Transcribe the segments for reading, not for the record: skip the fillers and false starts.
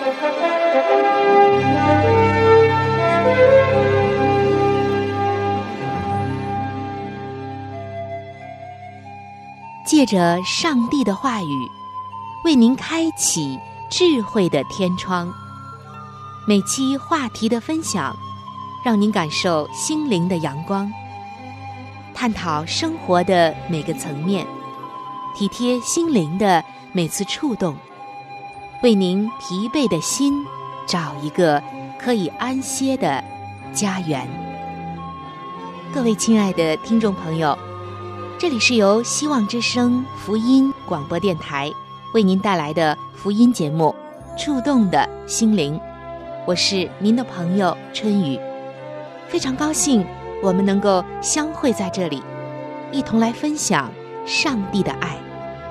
借着上帝的话语，为您开启智慧的天窗。每期话题的分享，让您感受心灵的阳光，探讨生活的每个层面，体贴心灵的每次触动，为您疲惫的心找一个可以安歇的家园。各位亲爱的听众朋友，这里是由希望之声福音广播电台为您带来的福音节目《触动的心灵》，我是您的朋友春雨，非常高兴我们能够相会在这里，一同来分享上帝的爱。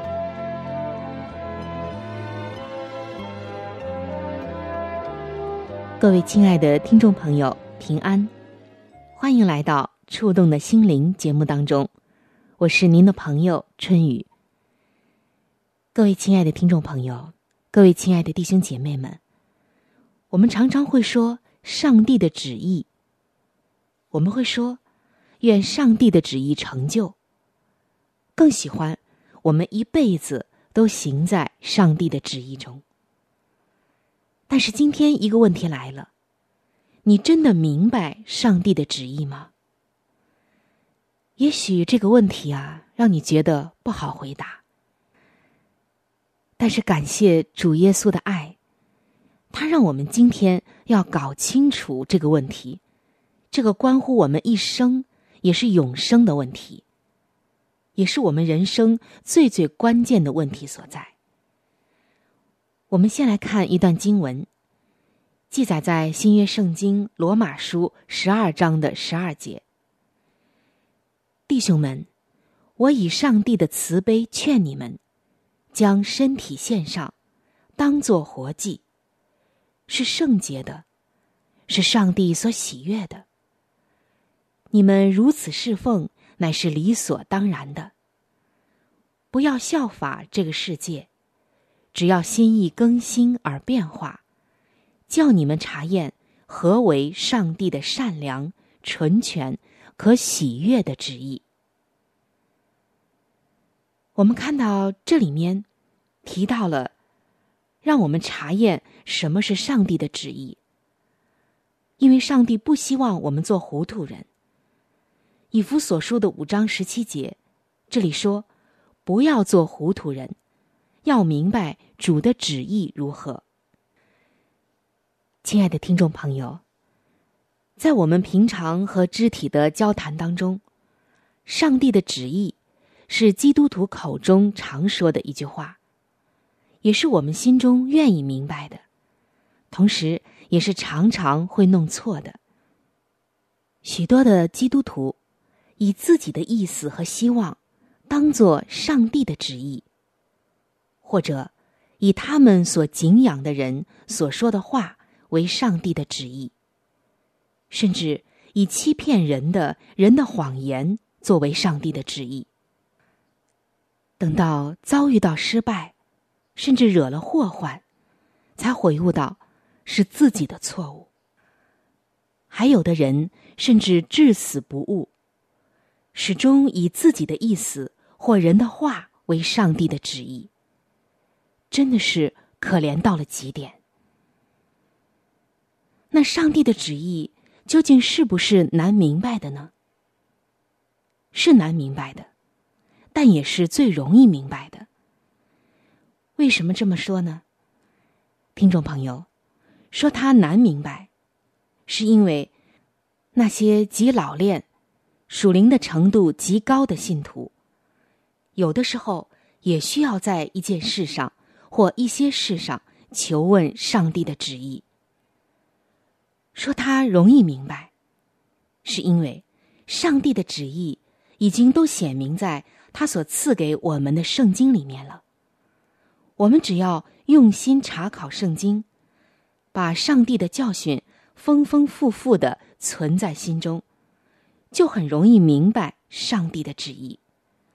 各位亲爱的听众朋友，平安，欢迎来到《触动的心灵》节目当中，我是您的朋友春雨。各位亲爱的听众朋友，各位亲爱的弟兄姐妹们，我们常常会说上帝的旨意，我们会说愿上帝的旨意成就，更喜欢我们一辈子都行在上帝的旨意中。但是今天一个问题来了，你真的明白上帝的旨意吗？也许这个问题让你觉得不好回答。但是感谢主耶稣的爱，他让我们今天要搞清楚这个问题，这个关乎我们一生也是永生的问题，也是我们人生最最关键的问题所在。我们先来看一段经文，记载在新约圣经罗马书12章的12节。弟兄们，我以上帝的慈悲劝你们，将身体献上，当作活祭，是圣洁的，是上帝所喜悦的。你们如此侍奉，乃是理所当然的。不要效法这个世界，只要心意更新而变化，叫你们查验何为上帝的善良、纯全、可喜悦的旨意。我们看到这里面提到了让我们查验什么是上帝的旨意，因为上帝不希望我们做糊涂人。以弗所书的5章17节，这里说不要做糊涂人，要明白主的旨意如何。亲爱的听众朋友，在我们平常和肢体的交谈当中，上帝的旨意是基督徒口中常说的一句话，也是我们心中愿意明白的，同时也是常常会弄错的。许多的基督徒以自己的意思和希望当作上帝的旨意，或者以他们所敬仰的人所说的话为上帝的旨意，甚至以欺骗人的谎言作为上帝的旨意。等到遭遇到失败，甚至惹了祸患，才悔悟到是自己的错误。还有的人甚至至死不悟，始终以自己的意思或人的话为上帝的旨意，真的是可怜到了极点。那上帝的旨意究竟是不是难明白的呢？是难明白的，但也是最容易明白的。为什么这么说呢？听众朋友，说它难明白，是因为那些极老练、属灵的程度极高的信徒，有的时候也需要在一件事上或一些事上求问上帝的旨意。说他容易明白，是因为上帝的旨意已经都显明在他所赐给我们的圣经里面了。我们只要用心查考圣经，把上帝的教训丰丰富富地存在心中，就很容易明白上帝的旨意。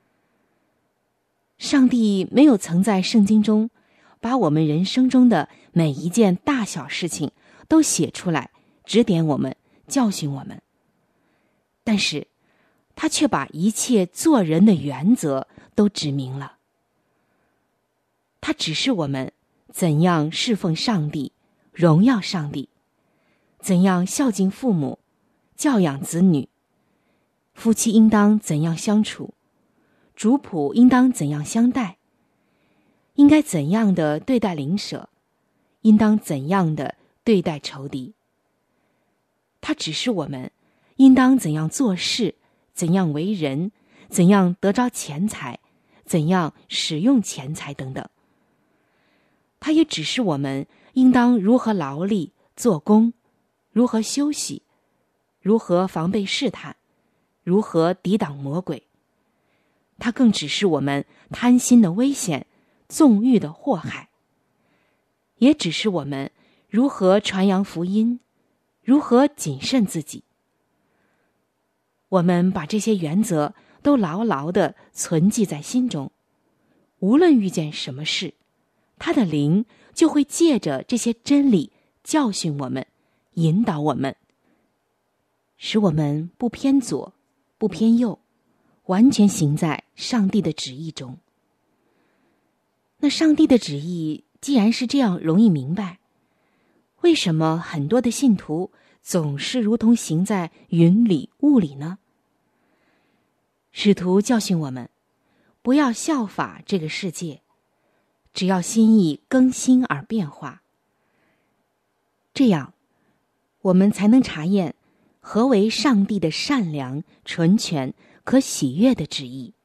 上帝没有曾在圣经中把我们人生中的每一件大小事情都写出来，指点我们，教训我们。但是他却把一切做人的原则都指明了。他指示我们怎样侍奉上帝，荣耀上帝，怎样孝敬父母，教养子女，夫妻应当怎样相处，主仆应当怎样相待，应该怎样的对待邻舍，应当怎样的对待仇敌。他指示我们应当怎样做事，怎样为人，怎样得着钱财，怎样使用钱财等等。他也指示我们应当如何劳力做工，如何休息，如何防备试探，如何抵挡魔鬼。他更指示我们贪心的危险，纵欲的祸害，也指示我们如何传扬福音，如何谨慎自己。我们把这些原则都牢牢地存记在心中，无论遇见什么事，他的灵就会借着这些真理教训我们，引导我们，使我们不偏左，不偏右，完全行在上帝的旨意中。那上帝的旨意既然是这样容易明白，为什么很多的信徒总是如同行在云里雾里呢？使徒教训我们，不要效法这个世界，只要心意更新而变化。这样，我们才能查验何为上帝的善良、纯全、可喜悦的旨意。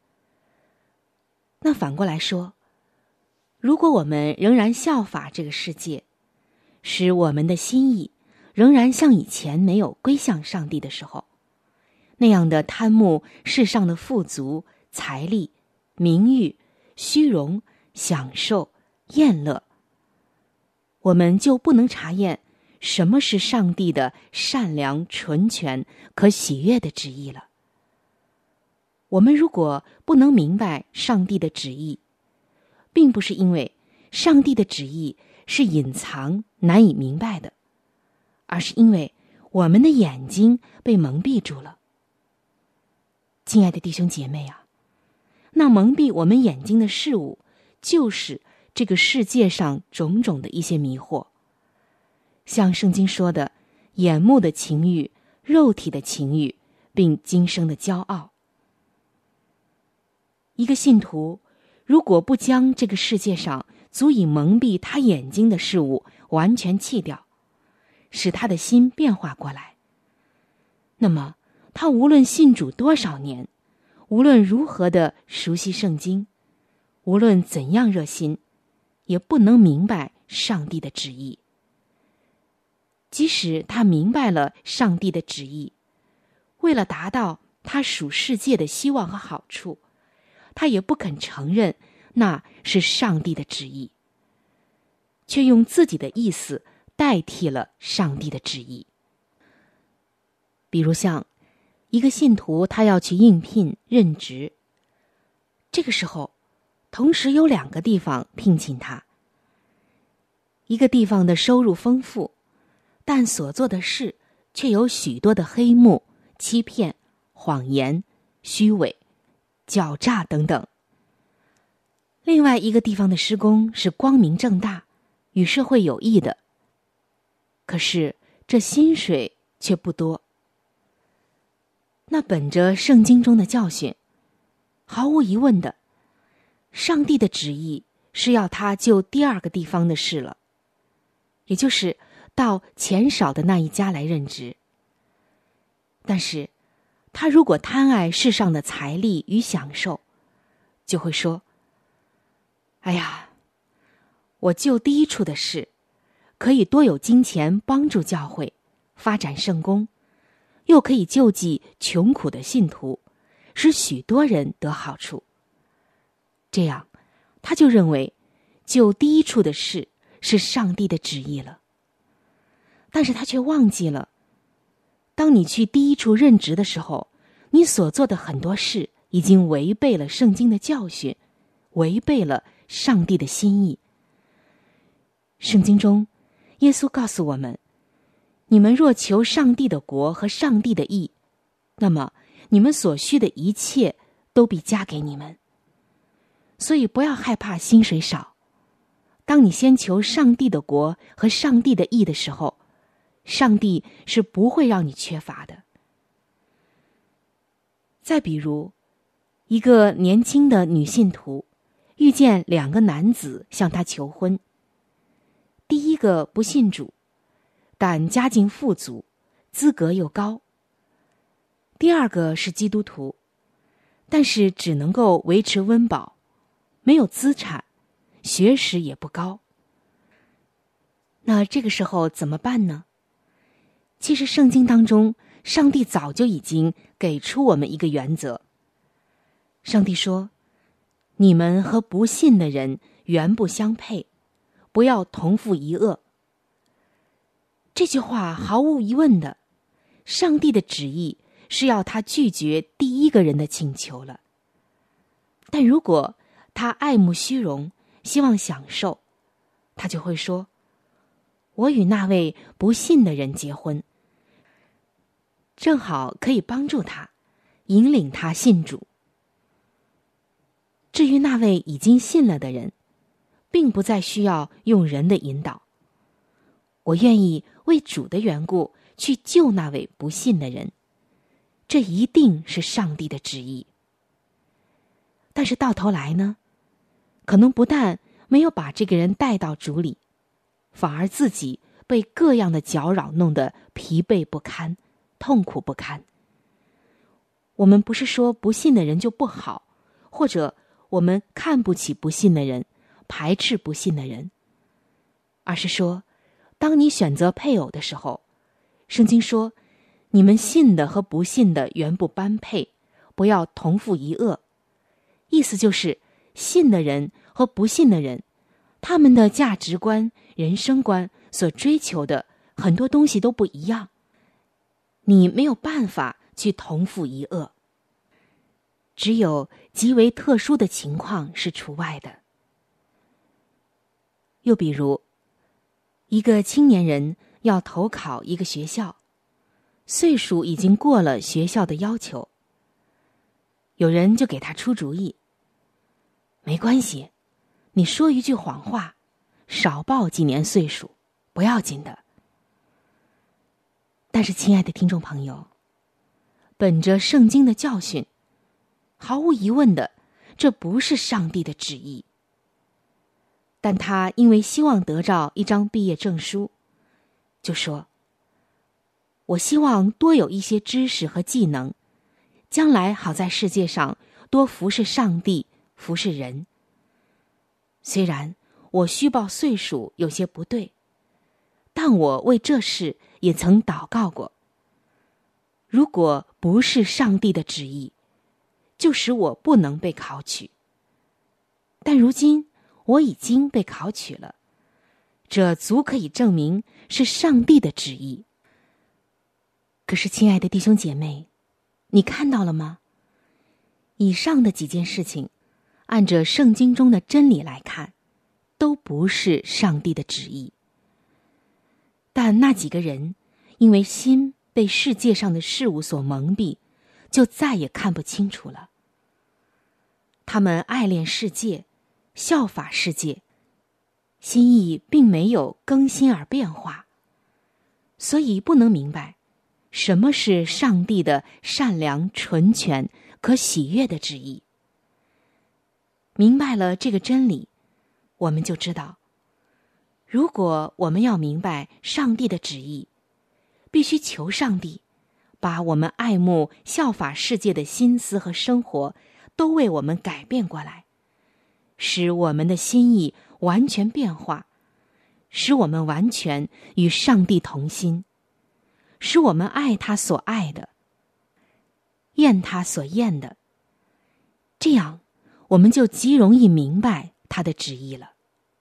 那反过来说，如果我们仍然效法这个世界，使我们的心意仍然像以前没有归向上帝的时候，那样的贪慕世上的富足、财力、名誉、虚荣、享受、厌乐，我们就不能查验什么是上帝的善良、纯全、可喜悦的旨意了。我们如果不能明白上帝的旨意，并不是因为上帝的旨意是隐藏难以明白的，而是因为我们的眼睛被蒙蔽住了。亲爱的弟兄姐妹啊，那蒙蔽我们眼睛的事物，就是这个世界上种种的一些迷惑，像圣经说的，眼目的情欲、肉体的情欲，并今生的骄傲。一个信徒如果不将这个世界上足以蒙蔽他眼睛的事物完全弃掉，使他的心变化过来，那么他无论信主多少年，无论如何的熟悉圣经，无论怎样热心，也不能明白上帝的旨意。即使他明白了上帝的旨意，为了达到他属世界的希望和好处，他也不肯承认那是上帝的旨意，却用自己的意思代替了上帝的旨意。比如像一个信徒，他要去应聘任职，这个时候同时有2个地方聘请他，一个地方的收入丰富，但所做的事却有许多的黑幕、欺骗、谎言、虚伪、狡诈等等。另外一个地方的施工是光明正大，与社会有益的，可是这薪水却不多。那本着圣经中的教训，毫无疑问的，上帝的旨意是要他就第2个地方的事了，也就是到钱少的那一家来任职。但是他如果贪爱世上的财力与享受，就会说，哎呀，我就第1处的事，可以多有金钱帮助教会发展圣工，又可以救济穷苦的信徒，使许多人得好处。这样他就认为就第1处的事是上帝的旨意了。但是他却忘记了，当你去第1处任职的时候，你所做的很多事已经违背了圣经的教训，违背了上帝的心意。 圣经中，耶稣告诉我们，你们若求上帝的国和上帝的义，那么你们所需的一切都必加给你们。所以不要害怕薪水少，当你先求上帝的国和上帝的义的时候，上帝是不会让你缺乏的。再比如，一个年轻的女信徒遇见2个男子向她求婚。第一个不信主，但家境富足，资格又高。第二个是基督徒，但是只能够维持温饱，没有资产，学识也不高。那这个时候怎么办呢？其实圣经当中，上帝早就已经给出我们一个原则。上帝说，你们和不信的人原不相配，不要同负一轭。这句话毫无疑问的，上帝的旨意是要他拒绝第一个人的请求了。但如果他爱慕虚荣，希望享受，他就会说，我与那位不信的人结婚，正好可以帮助他，引领他信主。至于那位已经信了的人，并不再需要用人的引导。我愿意为主的缘故去救那位不信的人，这一定是上帝的旨意。但是到头来呢，可能不但没有把这个人带到主里，反而自己被各样的搅扰弄得疲惫不堪，痛苦不堪。我们不是说不信的人就不好，或者我们看不起不信的人，排斥不信的人，而是说，当你选择配偶的时候，圣经说，你们信的和不信的原不般配，不要同负一轭。意思就是，信的人和不信的人，他们的价值观、人生观所追求的很多东西都不一样，你没有办法去同负一轭。只有极为特殊的情况是除外的。又比如，一个青年人要投考一个学校，岁数已经过了学校的要求，有人就给他出主意，没关系，你说一句谎话，少报几年岁数，不要紧的。但是亲爱的听众朋友，本着圣经的教训，毫无疑问的，这不是上帝的旨意。但他因为希望得到一张毕业证书，就说，我希望多有一些知识和技能，将来好在世界上多服侍上帝，服侍人。虽然我虚报岁数有些不对，但我为这事也曾祷告过。如果不是上帝的旨意，就使我不能被考取。但如今我已经被考取了，这足可以证明是上帝的旨意。可是亲爱的弟兄姐妹，你看到了吗？以上的几件事情，按着圣经中的真理来看，都不是上帝的旨意。但那几个人因为心被世界上的事物所蒙蔽，就再也看不清楚了。他们爱恋世界，效法世界，心意并没有更新而变化，所以不能明白什么是上帝的善良、纯全、可喜悦的旨意。明白了这个真理，我们就知道，如果我们要明白上帝的旨意，必须求上帝把我们爱慕效法世界的心思和生活都为我们改变过来，使我们的心意完全变化，使我们完全与上帝同心，使我们爱他所爱的，厌他所厌的。这样我们就极容易明白他的旨意了。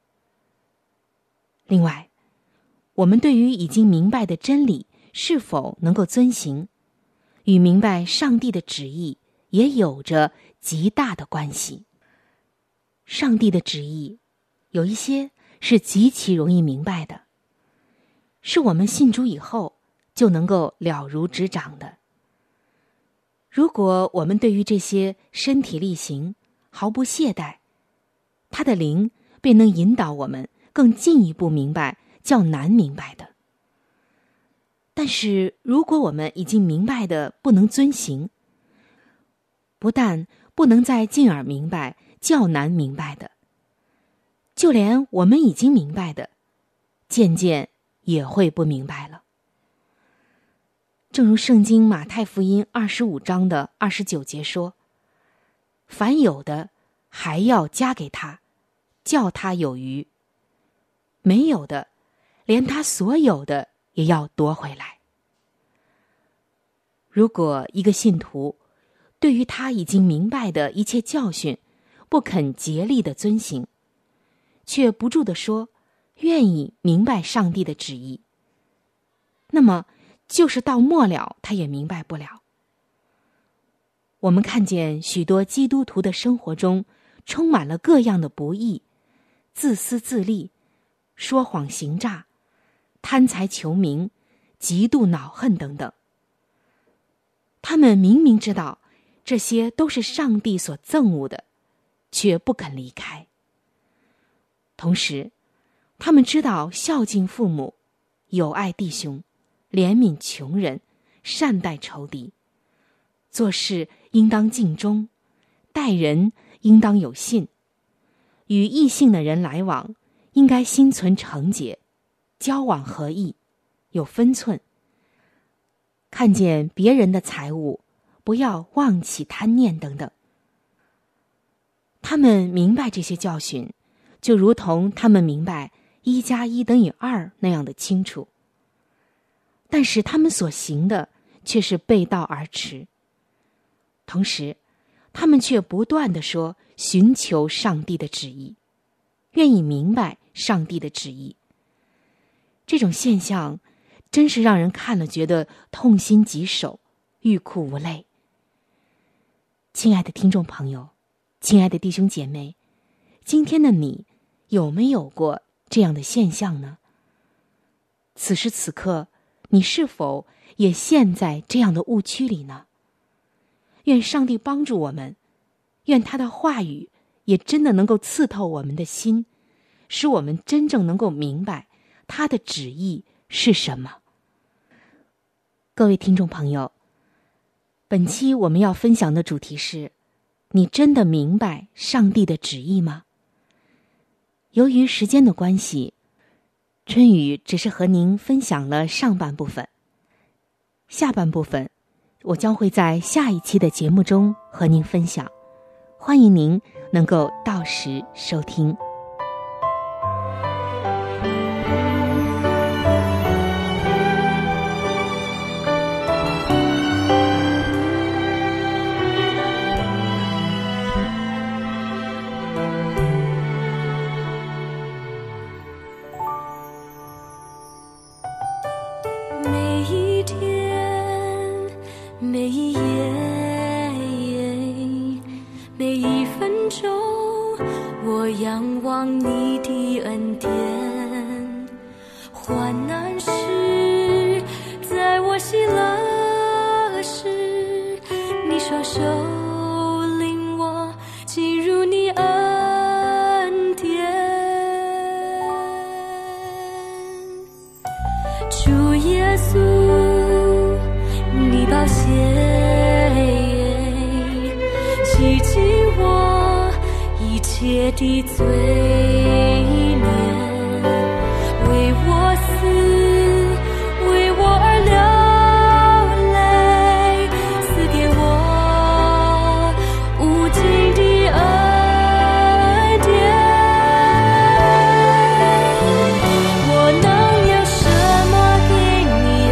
另外，我们对于已经明白的真理是否能够遵行，与明白上帝的旨意也有着极大的关系。上帝的旨意有一些是极其容易明白的，是我们信主以后就能够了如指掌的。如果我们对于这些身体力行毫不懈怠，他的灵便能引导我们更进一步明白较难明白的。但是如果我们已经明白的不能遵行，不但不能再进而明白较难明白的，就连我们已经明白的，渐渐也会不明白了。正如圣经马太福音25章的29节说，凡有的还要加给他，叫他有余；没有的，连他所有的也要夺回来。如果一个信徒对于他已经明白的一切教训不肯竭力的遵行，却不住地说愿意明白上帝的旨意，那么就是到末了他也明白不了。我们看见许多基督徒的生活中充满了各样的不义、自私自利、说谎行诈、贪财求名、极度恼恨等等。他们明明知道这些都是上帝所憎恶的，却不肯离开。同时他们知道孝敬父母、友爱弟兄、怜悯穷人、善待仇敌，做事应当尽忠，待人应当有信，与异性的人来往应该心存诚洁，交往合意，有分寸，看见别人的财物不要妄起贪念等等。他们明白这些教训，就如同他们明白1+1=2那样的清楚，但是他们所行的却是背道而驰。同时他们却不断地说寻求上帝的旨意，愿意明白上帝的旨意。这种现象真是让人看了觉得痛心疾首，欲哭无泪。亲爱的听众朋友，亲爱的弟兄姐妹，今天的你有没有过这样的现象呢？此时此刻，你是否也陷在这样的误区里呢？愿上帝帮助我们，愿他的话语也真的能够刺透我们的心，使我们真正能够明白他的旨意是什么。各位听众朋友，本期我们要分享的主题是：你真的明白上帝的旨意吗？由于时间的关系，春雨只是和您分享了上半部分，下半部分我将会在下一期的节目中和您分享，欢迎您能够到时收听。 每一夜，每一分钟，我仰望你的恩典。患难时，在我喜乐时，你双手领我进入你恩典。主耶稣，你宝血洗净我一切的罪孽，为我死，为我而流泪，赐给我无尽的恩典。我能有什么给你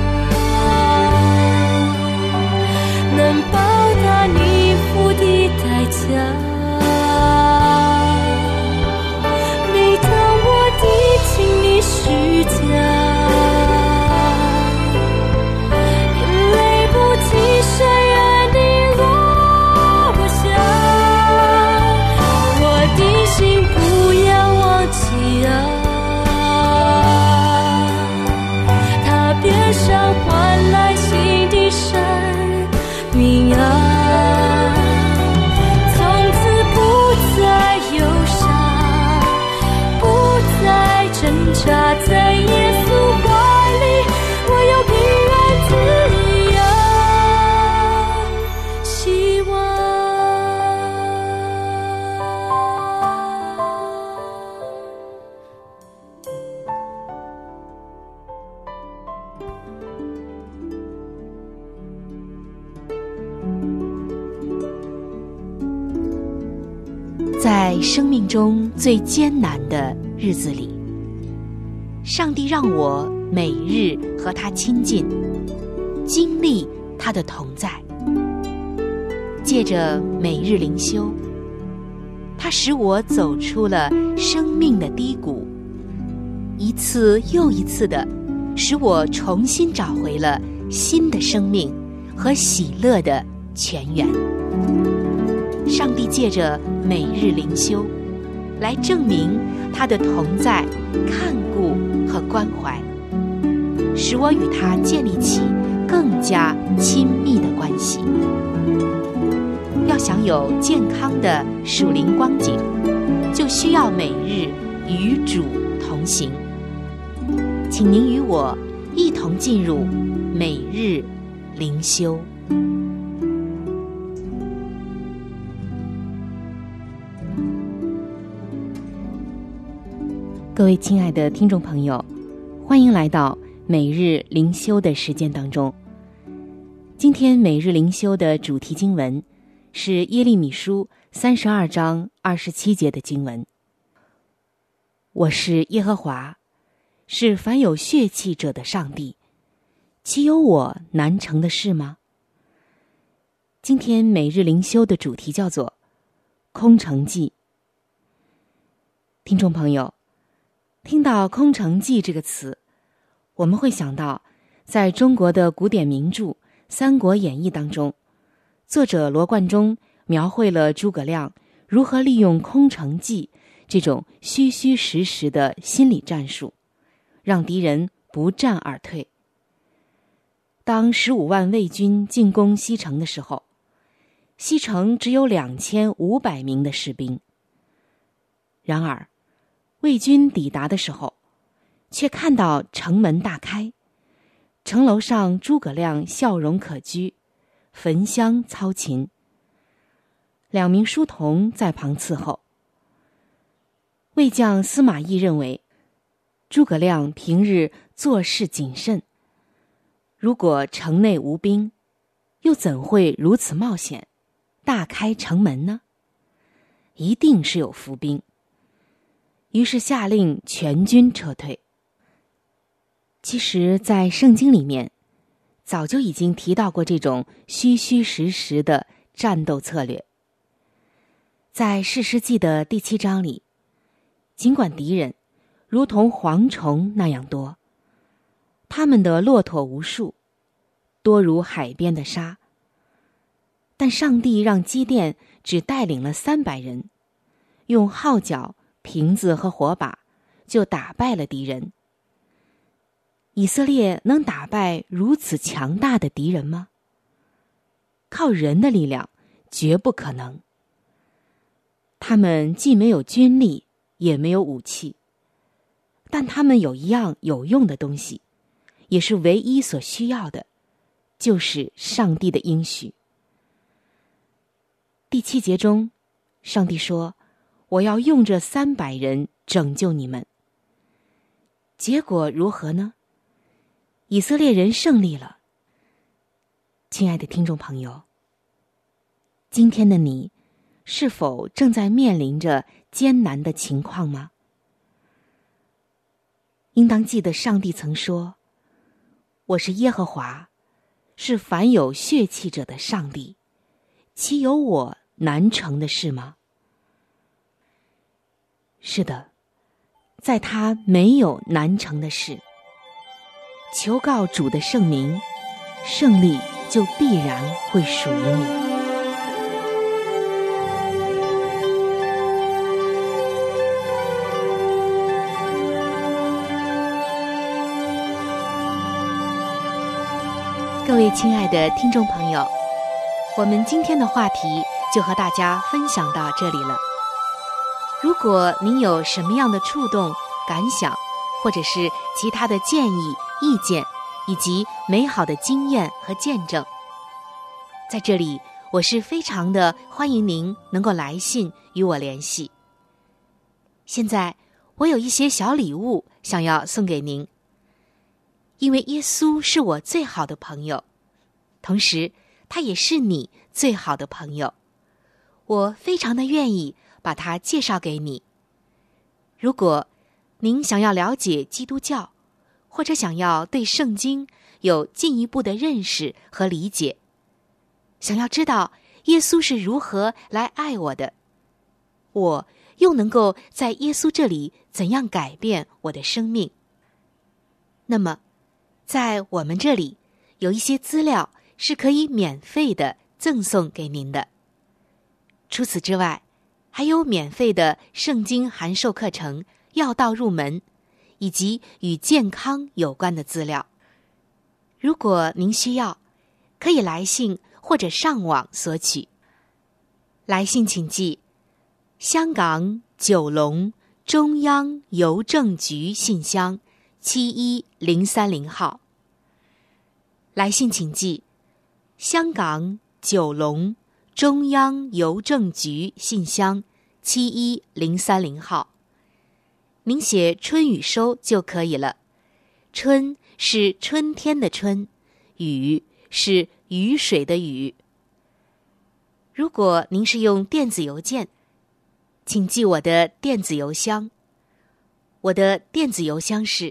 能报答你付的代价？ 在生命中最艰难的日子里，上帝让我每日和他亲近，经历他的同在。借着每日灵修，他使我走出了生命的低谷，一次又一次的使我重新找回了新的生命和喜乐的泉源。上帝借着每日灵修来证明他的同在、看顾和关怀，使我与他建立起更加亲密的关系。要享有健康的属灵光景，就需要每日与主同行。请您与我一同进入每日灵修。各位亲爱的听众朋友，欢迎来到每日灵修的时间当中。今天每日灵修的主题经文是耶利米书32章27节的经文。我是耶和华，是凡有血气者的上帝，岂有我难成的事吗？今天每日灵修的主题叫做空城计。听众朋友，听到空城计这个词，我们会想到在中国的古典名著《三国演义》当中，作者罗贯中描绘了诸葛亮如何利用空城计这种虚虚实实的心理战术，让敌人不战而退。当15万魏军进攻西城的时候，西城只有2500名的士兵。然而魏军抵达的时候，却看到城门大开，城楼上诸葛亮笑容可掬，焚香操琴，2名书童在旁伺候。魏将司马懿认为，诸葛亮平日做事谨慎，如果城内无兵，又怎会如此冒险，大开城门呢？一定是有伏兵。于是下令全军撤退。其实在圣经里面早就已经提到过这种虚虚实实的战斗策略。在士师记的第7章里，尽管敌人如同蝗虫那样多，他们的骆驼无数，多如海边的沙，但上帝让基甸只带领了300人，用号角、瓶子和火把就打败了敌人。以色列能打败如此强大的敌人吗？靠人的力量绝不可能。他们既没有军力，也没有武器，但他们有一样有用的东西，也是唯一所需要的，就是上帝的应许。第7节中，上帝说，我要用这300人拯救你们。结果如何呢？以色列人胜利了。亲爱的听众朋友，今天的你是否正在面临着艰难的情况吗？应当记得上帝曾说，我是耶和华，是凡有血气者的上帝，岂有我难成的事吗？是的，在他没有难成的事。求告主的圣名，胜利就必然会属于你。各位亲爱的听众朋友，我们今天的话题就和大家分享到这里了。如果您有什么样的触动、感想，或者是其他的建议、意见，以及美好的经验和见证，在这里我是非常的欢迎您能够来信与我联系。现在我有一些小礼物想要送给您，因为耶稣是我最好的朋友，同时他也是你最好的朋友。我非常的愿意把它介绍给你。如果您想要了解基督教，或者想要对圣经有进一步的认识和理解，想要知道耶稣是如何来爱我的，我又能够在耶稣这里怎样改变我的生命，那么在我们这里有一些资料是可以免费的赠送给您的。除此之外，还有免费的圣经函授课程、要道入门，以及与健康有关的资料。如果您需要，可以来信或者上网索取。来信请寄香港九龙中央邮政局信箱71030号。来信请寄香港九龙中央邮政局信箱71030号。您写春雨收就可以了。春是春天的春，雨是雨水的雨。如果您是用电子邮件，请记我的电子邮箱。我的电子邮箱是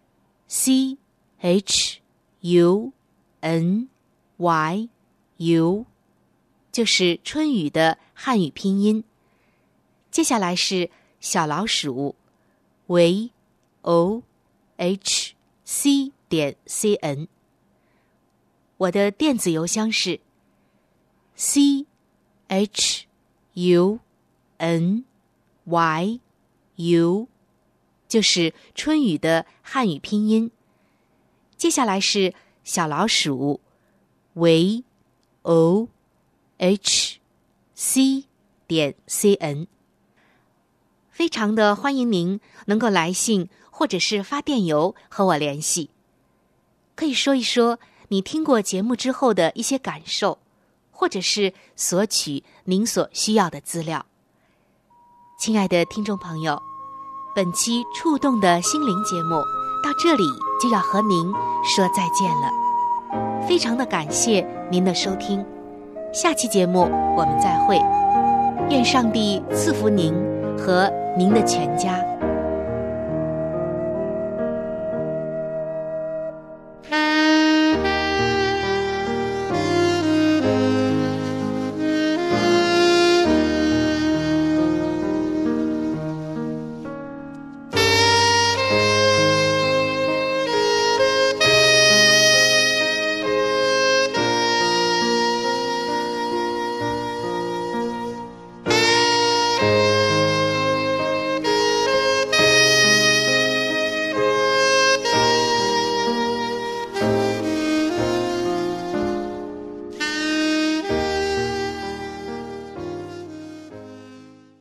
CHUNYU， 就是春雨的汉语拼音。接下来是小老鼠vohc.cn。 我的电子邮箱是 CHUNYU， 就是春雨的汉语拼音。接下来是小老鼠vohc.cn。 非常的欢迎您能够来信或者是发电邮和我联系，可以说一说你听过节目之后的一些感受，或者是索取您所需要的资料。亲爱的听众朋友，本期触动的心灵节目到这里就要和您说再见了，非常的感谢您的收听，下期节目我们再会，愿上帝赐福您和您的全家。